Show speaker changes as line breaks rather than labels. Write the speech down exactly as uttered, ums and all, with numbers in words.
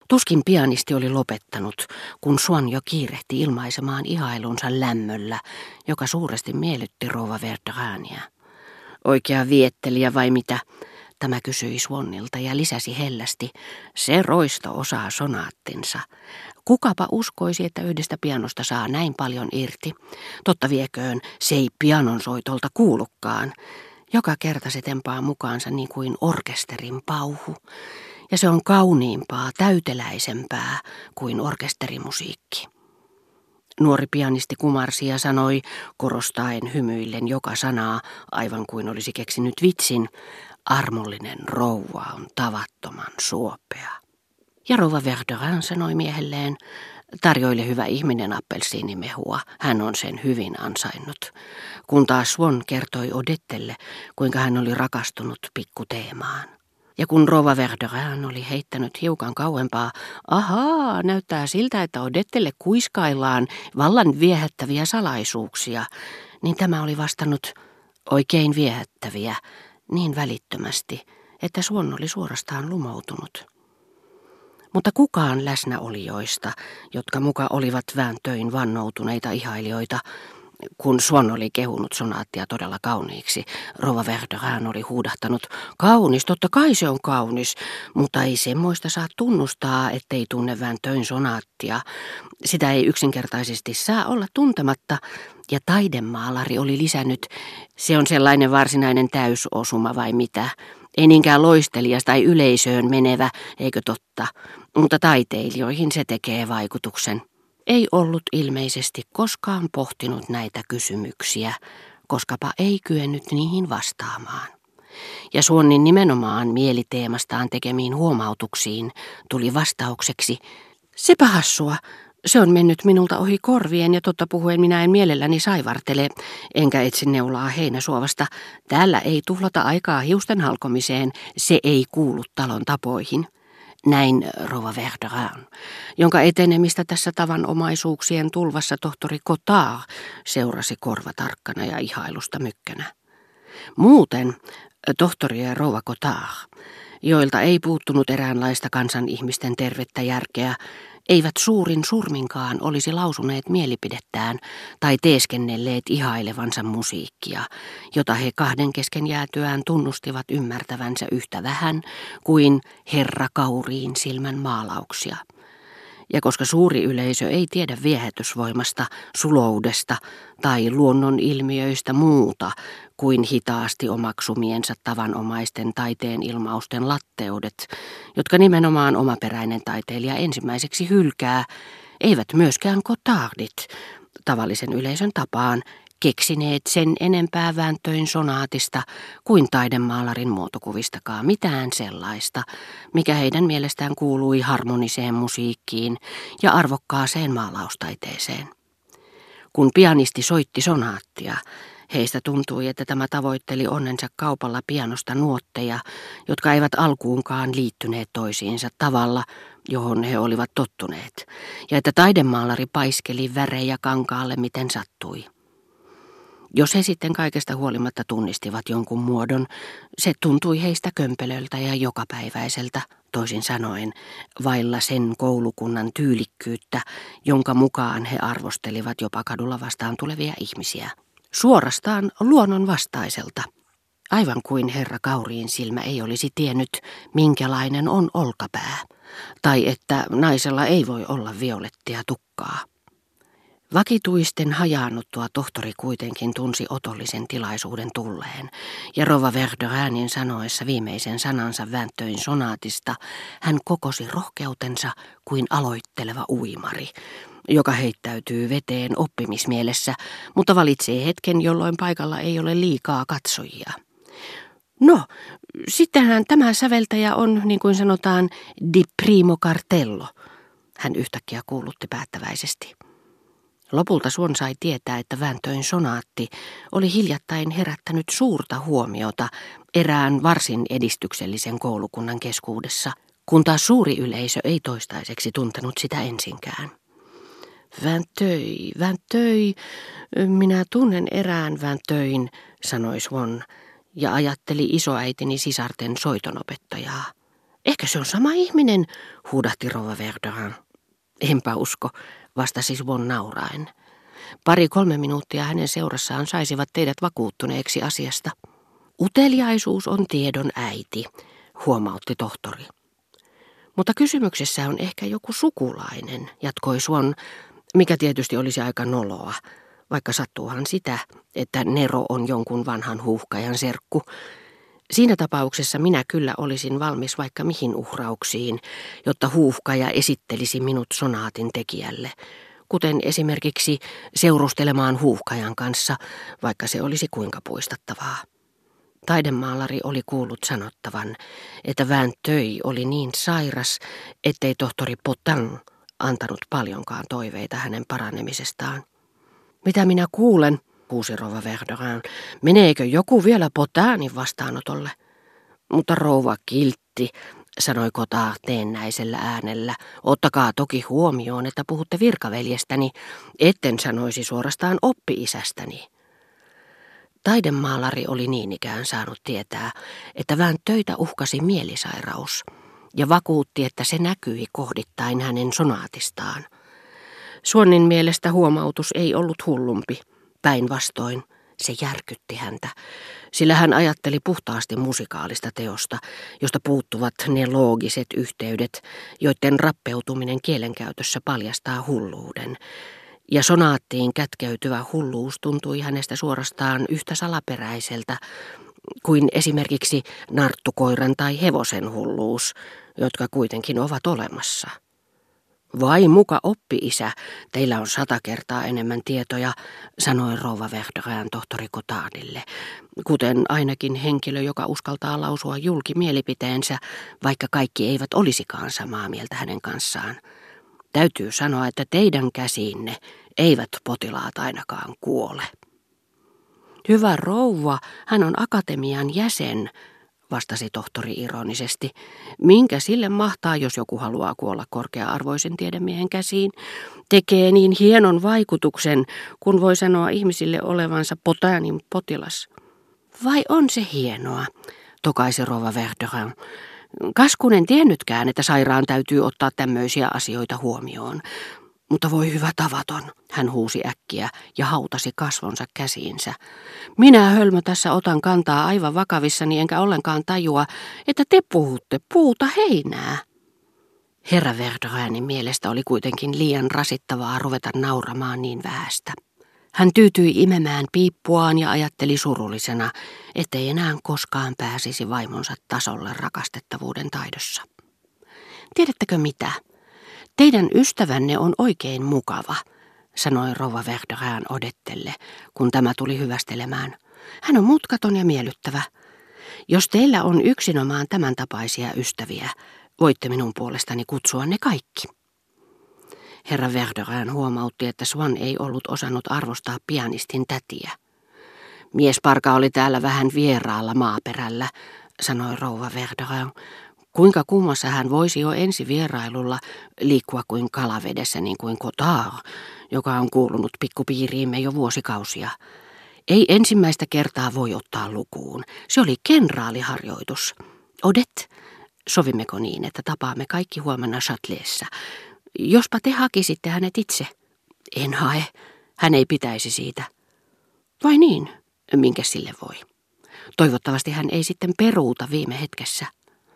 Tuskin pianisti oli lopettanut, kun Swann jo kiirehti ilmaisemaan ihailunsa lämmöllä, joka suuresti miellytti rouva Verdurin'ia. Oikea viettelijä vai mitä? Tämä kysyi Swannilta ja lisäsi hellästi. Se roisto osaa sonaattinsa. Kukapa uskoisi, että yhdestä pianosta saa näin paljon irti. Totta vieköön, se ei pianonsoitolta kuulukaan. Joka kerta se tempaa mukaansa niin kuin orkesterin pauhu. Ja se on kauniimpaa, täyteläisempää kuin orkesterimusiikki. Nuori pianisti kumarsi ja sanoi, korostaen hymyillen joka sanaa, aivan kuin olisi keksinyt vitsin, armollinen rouva on tavattoman suopea. Ja rouva Verdurin sanoi miehelleen, tarjoile hyvä ihminen appelsiinimehua, hän on sen hyvin ansainnut. Kun taas Swann kertoi Odettelle, kuinka hän oli rakastunut pikkuteemaan. Ja kun rouva Verdurin oli heittänyt hiukan kauempaa, ahaa, näyttää siltä, että Odettelle kuiskaillaan vallan viehättäviä salaisuuksia, niin tämä oli vastannut oikein viehättäviä niin välittömästi, että Swann oli suorastaan lumoutunut. Mutta kukaan läsnäolijoista, jotka muka olivat vääntöin vannoutuneita ihailijoita, kun Swann oli kehunut sonaattia todella kauniiksi, rouva Verdurin oli huudahtanut, kaunis, totta kai se on kaunis, mutta ei semmoista saa tunnustaa, ettei tunne vääntöin sonaattia. Sitä ei yksinkertaisesti saa olla tuntematta, ja taidemaalari oli lisännyt, se on sellainen varsinainen täysosuma vai mitä. Ei niinkään loistelijas tai yleisöön menevä, eikö totta, mutta taiteilijoihin se tekee vaikutuksen. Ei ollut ilmeisesti koskaan pohtinut näitä kysymyksiä, koskapa ei kyennyt niihin vastaamaan. Ja Swannin nimenomaan mieliteemastaan tekemiin huomautuksiin tuli vastaukseksi, sepä hassua, se on mennyt minulta ohi korvien ja totta puhuen minä en mielelläni saivartele, enkä etsi neulaa heinäsuovasta. Täällä ei tuhlata aikaa hiusten halkomiseen, se ei kuulu talon tapoihin. Näin rouva Verdurin, jonka etenemistä tässä tavanomaisuuksien tulvassa tohtori Cottard seurasi korvatarkkana ja ihailusta mykkänä. Muuten tohtori ja rouva Cottard, joilta ei puuttunut eräänlaista kansan ihmisten tervettä järkeä, eivät suurin surminkaan olisi lausuneet mielipidettään tai teeskennelleet ihailevansa musiikkia, jota he kahden kesken jäätyään tunnustivat ymmärtävänsä yhtä vähän kuin herra kauriin silmän maalauksia. Ja koska suuri yleisö ei tiedä viehätysvoimasta, suloudesta tai luonnonilmiöistä muuta kuin hitaasti omaksumiensa tavanomaisten taiteen ilmausten latteudet, jotka nimenomaan omaperäinen taiteilija ensimmäiseksi hylkää, eivät myöskään Cottardit tavallisen yleisön tapaan keksineet sen enempää vääntöin sonaatista kuin taidemaalarin muotokuvistakaan mitään sellaista, mikä heidän mielestään kuului harmoniseen musiikkiin ja arvokkaaseen maalaustaiteeseen. Kun pianisti soitti sonaattia, heistä tuntui, että tämä tavoitteli onnensa kaupalla pianosta nuotteja, jotka eivät alkuunkaan liittyneet toisiinsa tavalla, johon he olivat tottuneet, ja että taidemaalari paiskeli värejä kankaalle miten sattui. Jos he sitten kaikesta huolimatta tunnistivat jonkun muodon, se tuntui heistä kömpelöltä ja jokapäiväiseltä, toisin sanoen, vailla sen koulukunnan tyylikkyyttä, jonka mukaan he arvostelivat jopa kadulla vastaan tulevia ihmisiä. Suorastaan luonnon vastaiselta, aivan kuin herra kauriin silmä ei olisi tiennyt, minkälainen on olkapää, tai että naisella ei voi olla violettia tukkaa. Vakituisten hajaannuttua tohtori kuitenkin tunsi otollisen tilaisuuden tulleen, ja rouva Verdurinin sanoessa viimeisen sanansa vääntöin sonaatista hän kokosi rohkeutensa kuin aloitteleva uimari, joka heittäytyy veteen oppimismielessä, mutta valitsee hetken, jolloin paikalla ei ole liikaa katsojia. No, sittenhän tämä säveltäjä on, niin kuin sanotaan, di primo cartello, hän yhtäkkiä kuulutti päättäväisesti. Lopulta Swann sai tietää, että vääntöin sonaatti oli hiljattain herättänyt suurta huomiota erään varsin edistyksellisen koulukunnan keskuudessa, kun taas suuri yleisö ei toistaiseksi tuntenut sitä ensinkään. Vinteuil, Vinteuil, minä tunnen erään Vinteuilin, sanoi Swann, ja ajatteli isoäitini sisarten soitonopettajaa. Ehkä se on sama ihminen, huudahti rouva Verdurin. Enpä usko, vastasi Swan nauraen. Pari-kolme minuuttia hänen seurassaan saisivat teidät vakuuttuneeksi asiasta. Uteliaisuus on tiedon äiti, huomautti tohtori. Mutta kysymyksessä on ehkä joku sukulainen, jatkoi Swan, mikä tietysti olisi aika noloa, vaikka sattuuhan sitä, että Nero on jonkun vanhan huuhkajan serkku. Siinä tapauksessa minä kyllä olisin valmis vaikka mihin uhrauksiin, jotta huuhkaja esittelisi minut sonaatin tekijälle, kuten esimerkiksi seurustelemaan huuhkajan kanssa, vaikka se olisi kuinka puistattavaa. Taidemaalari oli kuullut sanottavan, että Vinteuil oli niin sairas, ettei tohtori Potin antanut paljonkaan toiveita hänen paranemisestaan. Mitä minä kuulen, huusi rouva Verdurin, meneekö joku vielä Potinin vastaanotolle? Mutta rouva kiltti, sanoi Cottard teennäisellä äänellä, ottakaa toki huomioon, että puhutte virkaveljestäni, etten sanoisi suorastaan oppi-isästäni. Taidemaalari oli niin ikään saanut tietää, että Vinteuiltä uhkasi mielisairaus, ja vakuutti, että se näkyi kohdittain hänen sonaatistaan. Swannin mielestä huomautus ei ollut hullumpi, päinvastoin se järkytti häntä, sillä hän ajatteli puhtaasti musikaalista teosta, josta puuttuvat ne loogiset yhteydet, joiden rappeutuminen kielenkäytössä paljastaa hulluuden. Ja sonaattiin kätkeytyvä hulluus tuntui hänestä suorastaan yhtä salaperäiseltä kuin esimerkiksi narttukoiran tai hevosen hulluus, jotka kuitenkin ovat olemassa. Vai muka oppi-isä, teillä on sata kertaa enemmän tietoja, sanoi rouva Verdurin tohtori Cottardille, kuten ainakin henkilö, joka uskaltaa lausua julki mielipiteensä, vaikka kaikki eivät olisikaan samaa mieltä hänen kanssaan. Täytyy sanoa, että teidän käsiinne eivät potilaat ainakaan kuole. Hyvä rouva, hän on akatemian jäsen, vastasi tohtori ironisesti. Minkä sille mahtaa, jos joku haluaa kuolla korkea-arvoisen tiedemiehen käsiin? Tekee niin hienon vaikutuksen, kun voi sanoa ihmisille olevansa Potinin potilas. Vai on se hienoa, tokaisi rouva Verdurin. Kaskunen tiennytkään, että sairaan täytyy ottaa tämmöisiä asioita huomioon. Mutta voi hyvä tavaton, hän huusi äkkiä ja hautasi kasvonsa käsiinsä. Minä hölmö tässä otan kantaa aivan vakavissani enkä ollenkaan tajua, että te puhutte puuta heinää. Herra Verdurinin mielestä oli kuitenkin liian rasittavaa ruveta nauramaan niin vähästä. Hän tyytyi imemään piippuaan ja ajatteli surullisena, ettei enää koskaan pääsisi vaimonsa tasolle rakastettavuuden taidossa. Tiedättekö mitä? Teidän ystävänne on oikein mukava, sanoi rouva Verdurin Odettelle, kun tämä tuli hyvästelemään. Hän on mutkaton ja miellyttävä. Jos teillä on yksinomaan tämän tapaisia ystäviä, voitte minun puolestani kutsua ne kaikki. Herra Verdurin huomautti, että Swan ei ollut osannut arvostaa pianistin tätiä. Miesparka oli täällä vähän vieraalla maaperällä, sanoi rouva Verdurin. Kuinka kummassa hän voisi jo ensi vierailulla liikkua kuin kalavedessä niin kuin Cottard, joka on kuulunut pikkupiiriimme jo vuosikausia. Ei ensimmäistä kertaa voi ottaa lukuun. Se oli kenraaliharjoitus. Odette, sovimmeko niin, että tapaamme kaikki huomenna Châteletissa? Jospa te hakisitte hänet itse. En hae. Hän ei pitäisi siitä. Vai niin? Minkä sille voi? Toivottavasti hän ei sitten peruuta viime hetkessä.